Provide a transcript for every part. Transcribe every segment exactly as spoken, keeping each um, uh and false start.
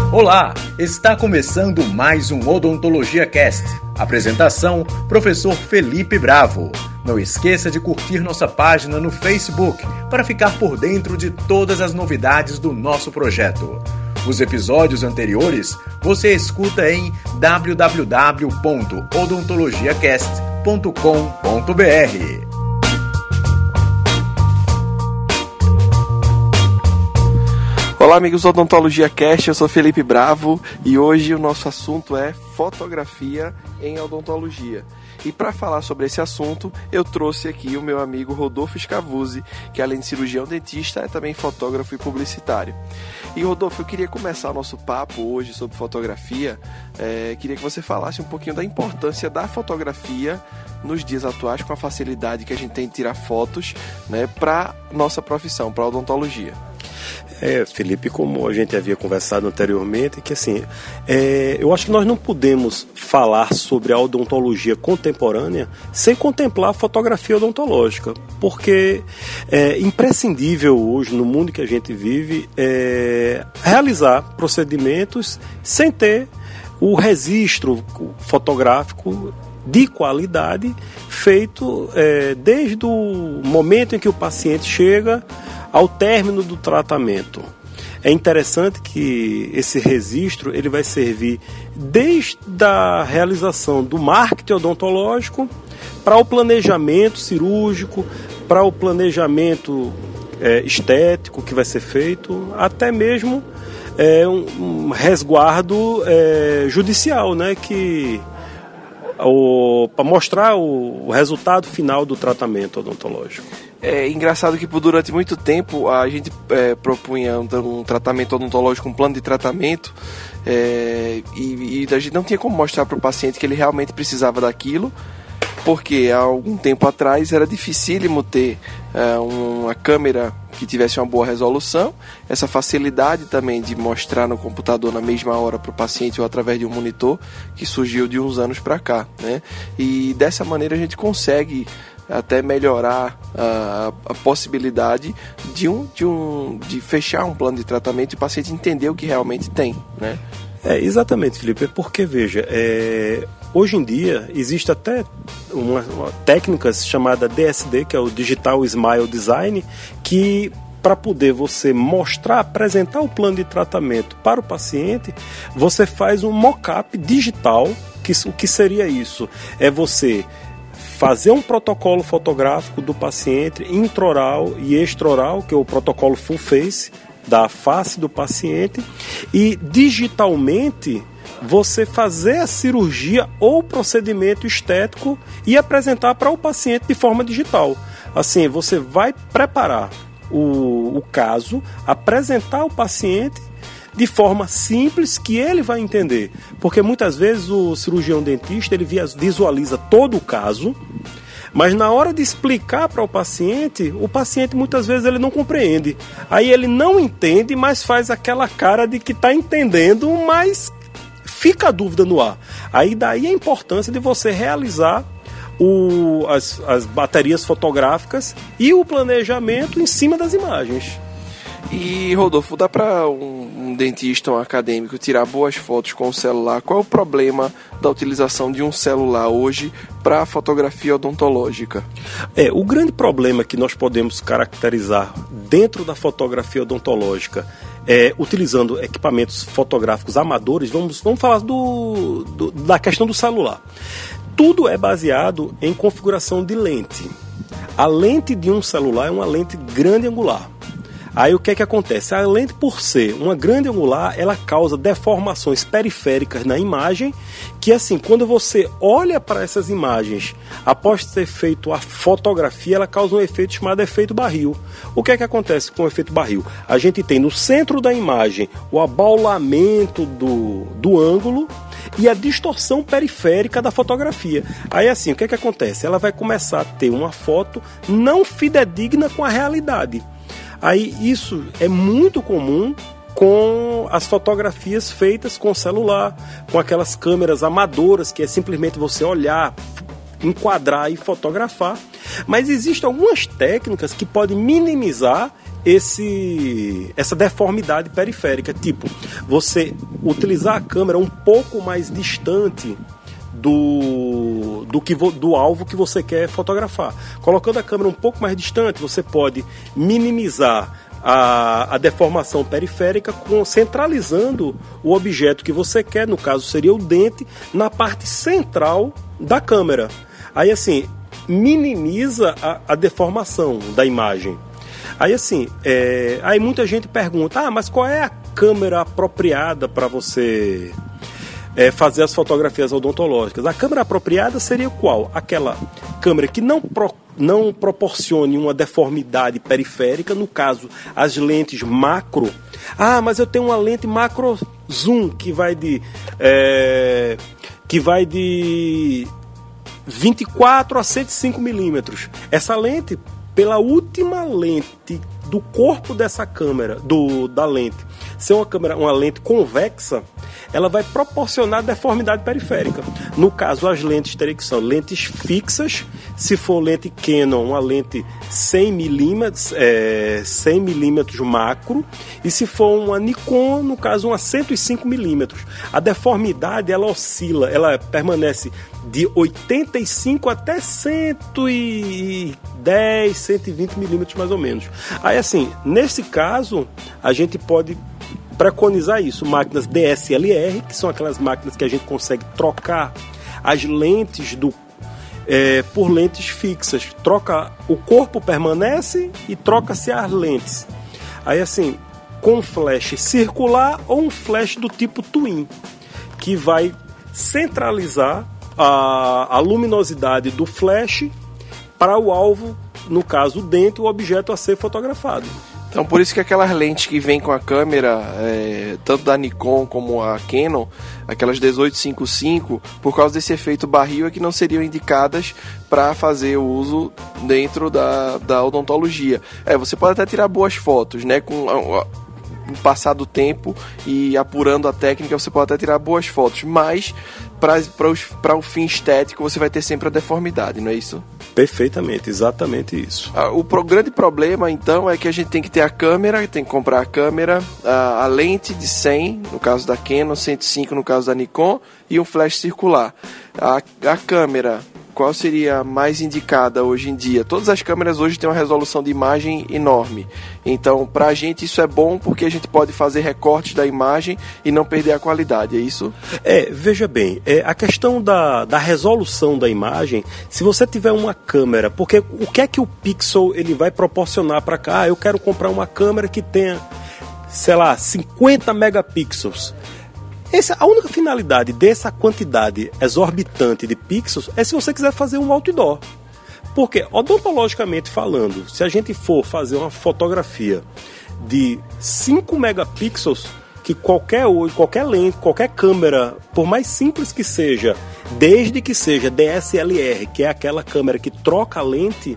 Olá, está começando mais um Odontologia Cast. Apresentação, professor Felipe Bravo. Não esqueça de curtir nossa página no Facebook para ficar por dentro de todas as novidades do nosso projeto. Os episódios anteriores você escuta em w w w ponto odontologiacast ponto com ponto b r. Olá, amigos do Odontologia Cast, eu sou Felipe Bravo e hoje o nosso assunto é fotografia em odontologia. E para falar sobre esse assunto, eu trouxe aqui o meu amigo Rodolfo Scavuzzi, que além de cirurgião dentista, é também fotógrafo e publicitário. E Rodolfo, eu queria começar o nosso papo hoje sobre fotografia, é, queria que você falasse um pouquinho da importância da fotografia nos dias atuais, com a facilidade que a gente tem de tirar fotos, né, para nossa profissão, para a odontologia. É, Felipe, como a gente havia conversado anteriormente, que assim, é, eu acho que nós não podemos falar sobre a odontologia contemporânea sem contemplar a fotografia odontológica, porque é imprescindível hoje, no mundo que a gente vive, é, realizar procedimentos sem ter o registro fotográfico de qualidade feito é, desde o momento em que o paciente chega ao término do tratamento. É interessante que esse registro ele vai servir desde a realização do marketing odontológico para o planejamento cirúrgico, para o planejamento é, estético que vai ser feito, até mesmo é, um, um resguardo é, judicial, né, que para mostrar o, o resultado final do tratamento odontológico. É engraçado que por durante muito tempo a gente é, propunha um, um tratamento odontológico, um plano de tratamento, é, e, e a gente não tinha como mostrar para o paciente que ele realmente precisava daquilo, porque há algum tempo atrás era dificílimo ter é, uma câmera que tivesse uma boa resolução, essa facilidade também de mostrar no computador na mesma hora para o paciente ou através de um monitor, que surgiu de uns anos para cá, né? E dessa maneira a gente consegue até melhorar a, a possibilidade de, um, de, um, de fechar um plano de tratamento e o paciente entender o que realmente tem, né? É, exatamente, Felipe, porque veja, é, hoje em dia existe até uma, uma técnica chamada D S D, que é o Digital Smile Design, que para poder você mostrar, apresentar o plano de tratamento para o paciente, você faz um mock-up digital. Que, o que seria isso? É você fazer um protocolo fotográfico do paciente intraoral e extraoral, que é o protocolo full face, da face do paciente, e digitalmente você fazer a cirurgia ou procedimento estético e apresentar para o paciente de forma digital. Assim, você vai preparar o, o caso, apresentar ao paciente de forma simples que ele vai entender, porque muitas vezes o cirurgião dentista ele visualiza todo o caso, mas na hora de explicar para o paciente, o paciente muitas vezes ele não compreende. Aí ele não entende, mas faz aquela cara de que está entendendo, mas fica a dúvida no ar. Aí daí a importância de você realizar o, as, as baterias fotográficas e o planejamento em cima das imagens. E, Rodolfo, dá para um, um dentista, um acadêmico, tirar boas fotos com o celular? Qual é o problema da utilização de um celular hoje para a fotografia odontológica? É, o grande problema que nós podemos caracterizar dentro da fotografia odontológica, é, utilizando equipamentos fotográficos amadores, vamos, vamos falar do, do, da questão do celular. Tudo é baseado em configuração de lente. A lente de um celular é uma lente grande angular. Aí o que é que acontece? A lente, por ser uma grande angular, ela causa deformações periféricas na imagem, que assim, quando você olha para essas imagens, após ter feito a fotografia, ela causa um efeito chamado efeito barril. O que é que acontece com o efeito barril? A gente tem no centro da imagem o abaulamento do, do ângulo e a distorção periférica da fotografia. Aí assim, o que é que acontece? Ela vai começar a ter uma foto não fidedigna com a realidade. Aí isso é muito comum com as fotografias feitas com celular, com aquelas câmeras amadoras, que é simplesmente você olhar, enquadrar e fotografar. Mas existem algumas técnicas que podem minimizar esse, essa deformidade periférica, tipo, você utilizar a câmera um pouco mais distante do, do, que, do alvo que você quer fotografar. Colocando a câmera um pouco mais distante, você pode minimizar a, a deformação periférica, com, centralizando o objeto que você quer, no caso seria o dente, na parte central da câmera. Aí assim, minimiza a, a deformação da imagem. Aí assim, é, aí muita gente pergunta, ah, mas qual é a câmera apropriada para você é, fazer as fotografias odontológicas? A câmera apropriada seria qual? Aquela câmera que não, pro, não proporcione uma deformidade periférica, no caso, as lentes macro. Ah, mas eu tenho uma lente macro zoom que vai de, é, que vai de vinte e quatro a cento e cinco milímetros. Essa lente, pela última lente do corpo dessa câmera, do, da lente, ser uma câmera, uma lente convexa, ela vai proporcionar deformidade periférica. No caso, as lentes teriam que são lentes fixas. Se for lente Canon, uma lente cem milímetros, é, cem milímetros macro. E se for uma Nikon, no caso, uma cento e cinco milímetros. A deformidade, ela oscila, ela permanece de oitenta e cinco até cento e dez, cento e vinte milímetros mais ou menos. Aí assim, nesse caso, a gente pode preconizar isso, máquinas D S L R, que são aquelas máquinas que a gente consegue trocar as lentes do, é, por lentes fixas. Troca, o corpo permanece e troca-se as lentes. Aí assim, com um flash circular ou um flash do tipo twin, que vai centralizar a, a luminosidade do flash para o alvo, no caso o dente, o objeto a ser fotografado. Então, por isso que aquelas lentes que vêm com a câmera, é, tanto da Nikon como a Canon, aquelas dezoito cinquenta e cinco, por causa desse efeito barril, é que não seriam indicadas para fazer o uso dentro da, da odontologia. É, você pode até tirar boas fotos, né, com o passar do tempo e apurando a técnica, você pode até tirar boas fotos, mas para o fim estético você vai ter sempre a deformidade, não é isso? Perfeitamente, exatamente isso. Ah, o pro, grande problema então é que a gente tem que ter a câmera, tem que comprar a câmera, a, a lente de cem no caso da Canon, cento e cinco no caso da Nikon e um flash circular. A, a câmera, qual seria a mais indicada hoje em dia? Todas as câmeras hoje têm uma resolução de imagem enorme. Então, para a gente isso é bom porque a gente pode fazer recortes da imagem e não perder a qualidade, é isso? É, veja bem, é, a questão da, da resolução da imagem, se você tiver uma câmera, porque o que é que o Pixel ele vai proporcionar para cá? Ah, eu quero comprar uma câmera que tenha, sei lá, cinquenta megapixels. Essa, a única finalidade dessa quantidade exorbitante de pixels é se você quiser fazer um outdoor. Porque, odontologicamente falando, se a gente for fazer uma fotografia de cinco megapixels, que qualquer, qualquer lente, qualquer câmera, por mais simples que seja, desde que seja D S L R, que é aquela câmera que troca a lente,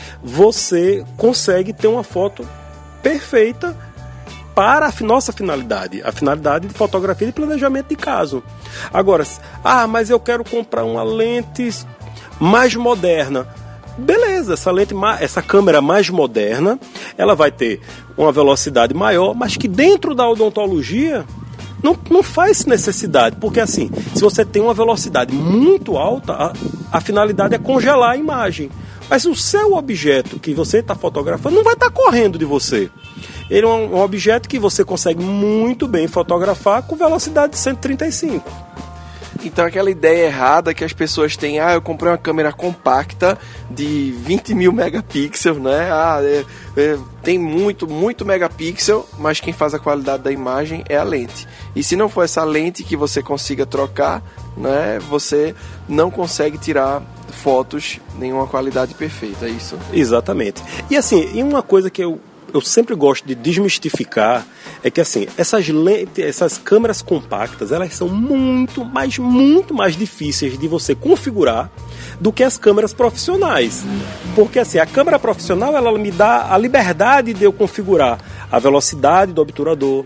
você consegue ter uma foto perfeita para a nossa finalidade, a finalidade de fotografia e planejamento de caso. Agora, ah, mas eu quero comprar uma lente mais moderna. Beleza, essa lente, essa câmera mais moderna, ela vai ter uma velocidade maior, mas que dentro da odontologia não, não faz necessidade, porque assim, se você tem uma velocidade muito alta, a, a finalidade é congelar a imagem. Mas o seu objeto que você está fotografando não vai estar correndo de você. Ele é um, um objeto que você consegue muito bem fotografar com velocidade de cento e trinta e cinco. Então aquela ideia errada que as pessoas têm, ah, eu comprei uma câmera compacta de vinte mil megapixels, né? Ah, é, é, tem muito, muito megapixel, mas quem faz a qualidade da imagem é a lente. E se não for essa lente que você consiga trocar, né, você não consegue tirar fotos em uma qualidade perfeita, é isso? Exatamente. E assim, e uma coisa que eu eu sempre gosto de desmistificar é que assim, essas lentes, essas câmeras compactas, elas são muito, mas muito mais difíceis de você configurar do que as câmeras profissionais. Porque assim, a câmera profissional, ela me dá a liberdade de eu configurar a velocidade do obturador,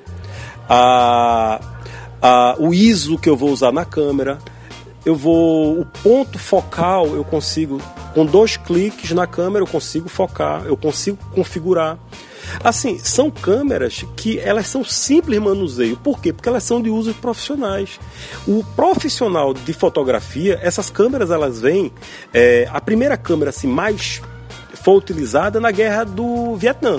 a, a, o I S O que eu vou usar na câmera, eu vou, o ponto focal eu consigo, com dois cliques na câmera eu consigo focar, eu consigo configurar. Assim, são câmeras que elas são simples manuseio. Por quê? Porque elas são de usos profissionais. O profissional de fotografia, essas câmeras elas vêm... É, a primeira câmera assim, mais foi utilizada na guerra do Vietnã.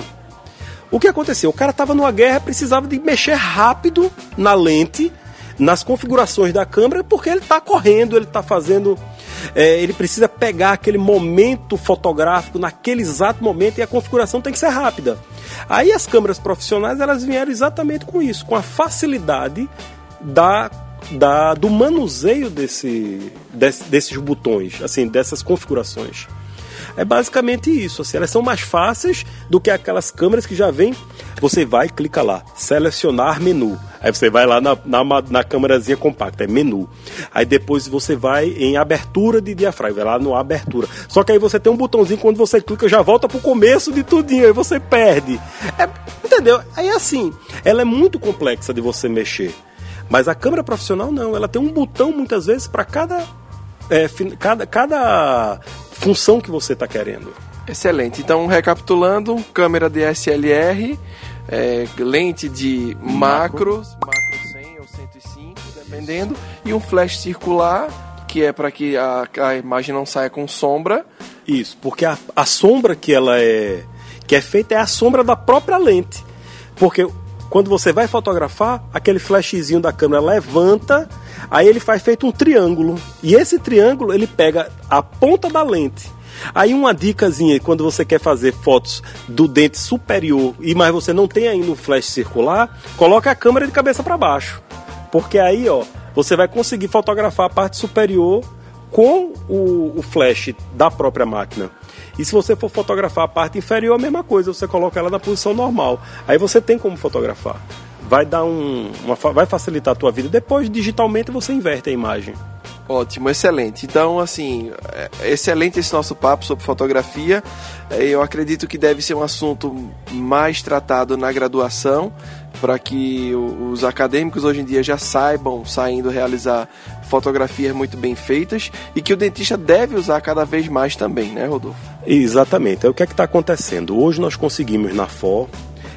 O que aconteceu? O cara estava numa guerra, precisava de mexer rápido na lente, nas configurações da câmera, porque ele está correndo, ele está fazendo... É, ele precisa pegar aquele momento fotográfico naquele exato momento e a configuração tem que ser rápida. Aí as câmeras profissionais elas vieram exatamente com isso, com a facilidade da, da, do manuseio desse, desse, desses botões, assim, dessas configurações. É basicamente isso, assim, elas são mais fáceis do que aquelas câmeras que já vem, você vai e clica lá, selecionar menu, aí você vai lá na, na, na câmerazinha compacta, é menu, aí depois você vai em abertura de diafragma, vai lá no abertura, só que aí você tem um botãozinho, quando você clica já volta pro começo de tudinho, aí você perde, é, entendeu? Aí assim, ela é muito complexa de você mexer, mas a câmera profissional não, ela tem um botão muitas vezes para cada, é, cada, cada função que você está querendo. Excelente. Então, recapitulando, câmera D S L R, é, lente de macros, macro cem ou cento e cinco, dependendo, e um flash circular, que é para que a, a imagem não saia com sombra. Isso, porque a, a sombra que ela é, que é feita é a sombra da própria lente. Porque quando você vai fotografar, aquele flashzinho da câmera levanta, aí ele faz feito um triângulo. E esse triângulo, ele pega a ponta da lente. Aí uma dicasinha, quando você quer fazer fotos do dente superior, e mas você não tem ainda um flash circular, coloca a câmera de cabeça para baixo. Porque aí, ó, você vai conseguir fotografar a parte superior com o, o flash da própria máquina. E se você for fotografar a parte inferior, a mesma coisa, você coloca ela na posição normal. Aí você tem como fotografar. Vai dar um, uma, vai facilitar a tua vida. Depois, digitalmente, você inverte a imagem. Ótimo, excelente. Então, assim, é excelente esse nosso papo sobre fotografia. Eu acredito que deve ser um assunto mais tratado na graduação, para que os acadêmicos hoje em dia já saibam, saindo, realizar fotografias muito bem feitas, e que o dentista deve usar cada vez mais também, né, Rodolfo? Exatamente. É o que é que está acontecendo. Hoje nós conseguimos na F O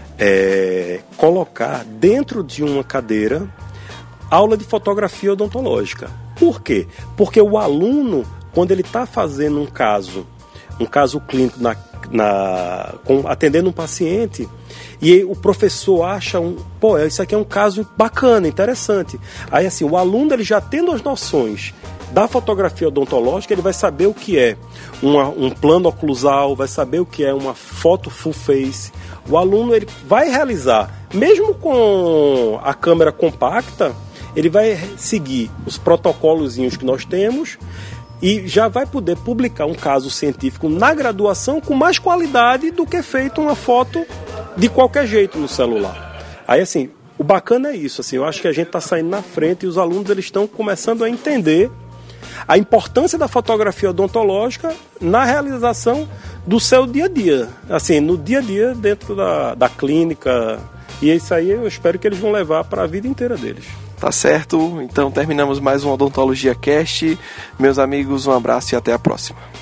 é, colocar dentro de uma cadeira aula de fotografia odontológica. Por quê? Porque o aluno, quando ele está fazendo um caso, um caso clínico, na, na, com, atendendo um paciente, e o professor acha, um, pô, isso aqui é um caso bacana, interessante. Aí assim, o aluno ele já tendo as noções da fotografia odontológica, ele vai saber o que é uma, um plano oclusal, vai saber o que é uma foto full face. O aluno ele vai realizar, mesmo com a câmera compacta, ele vai seguir os protocolozinhos que nós temos e já vai poder publicar um caso científico na graduação com mais qualidade do que feito uma foto de qualquer jeito no celular. Aí assim, o bacana é isso, assim, eu acho que a gente está saindo na frente e os alunos eles estão começando a entender a importância da fotografia odontológica na realização do seu dia a dia, assim, no dia a dia dentro da, da clínica, e isso aí eu espero que eles vão levar para a vida inteira deles. Tá certo, então terminamos mais um Odontologia Cast. Meus amigos, um abraço e até a próxima.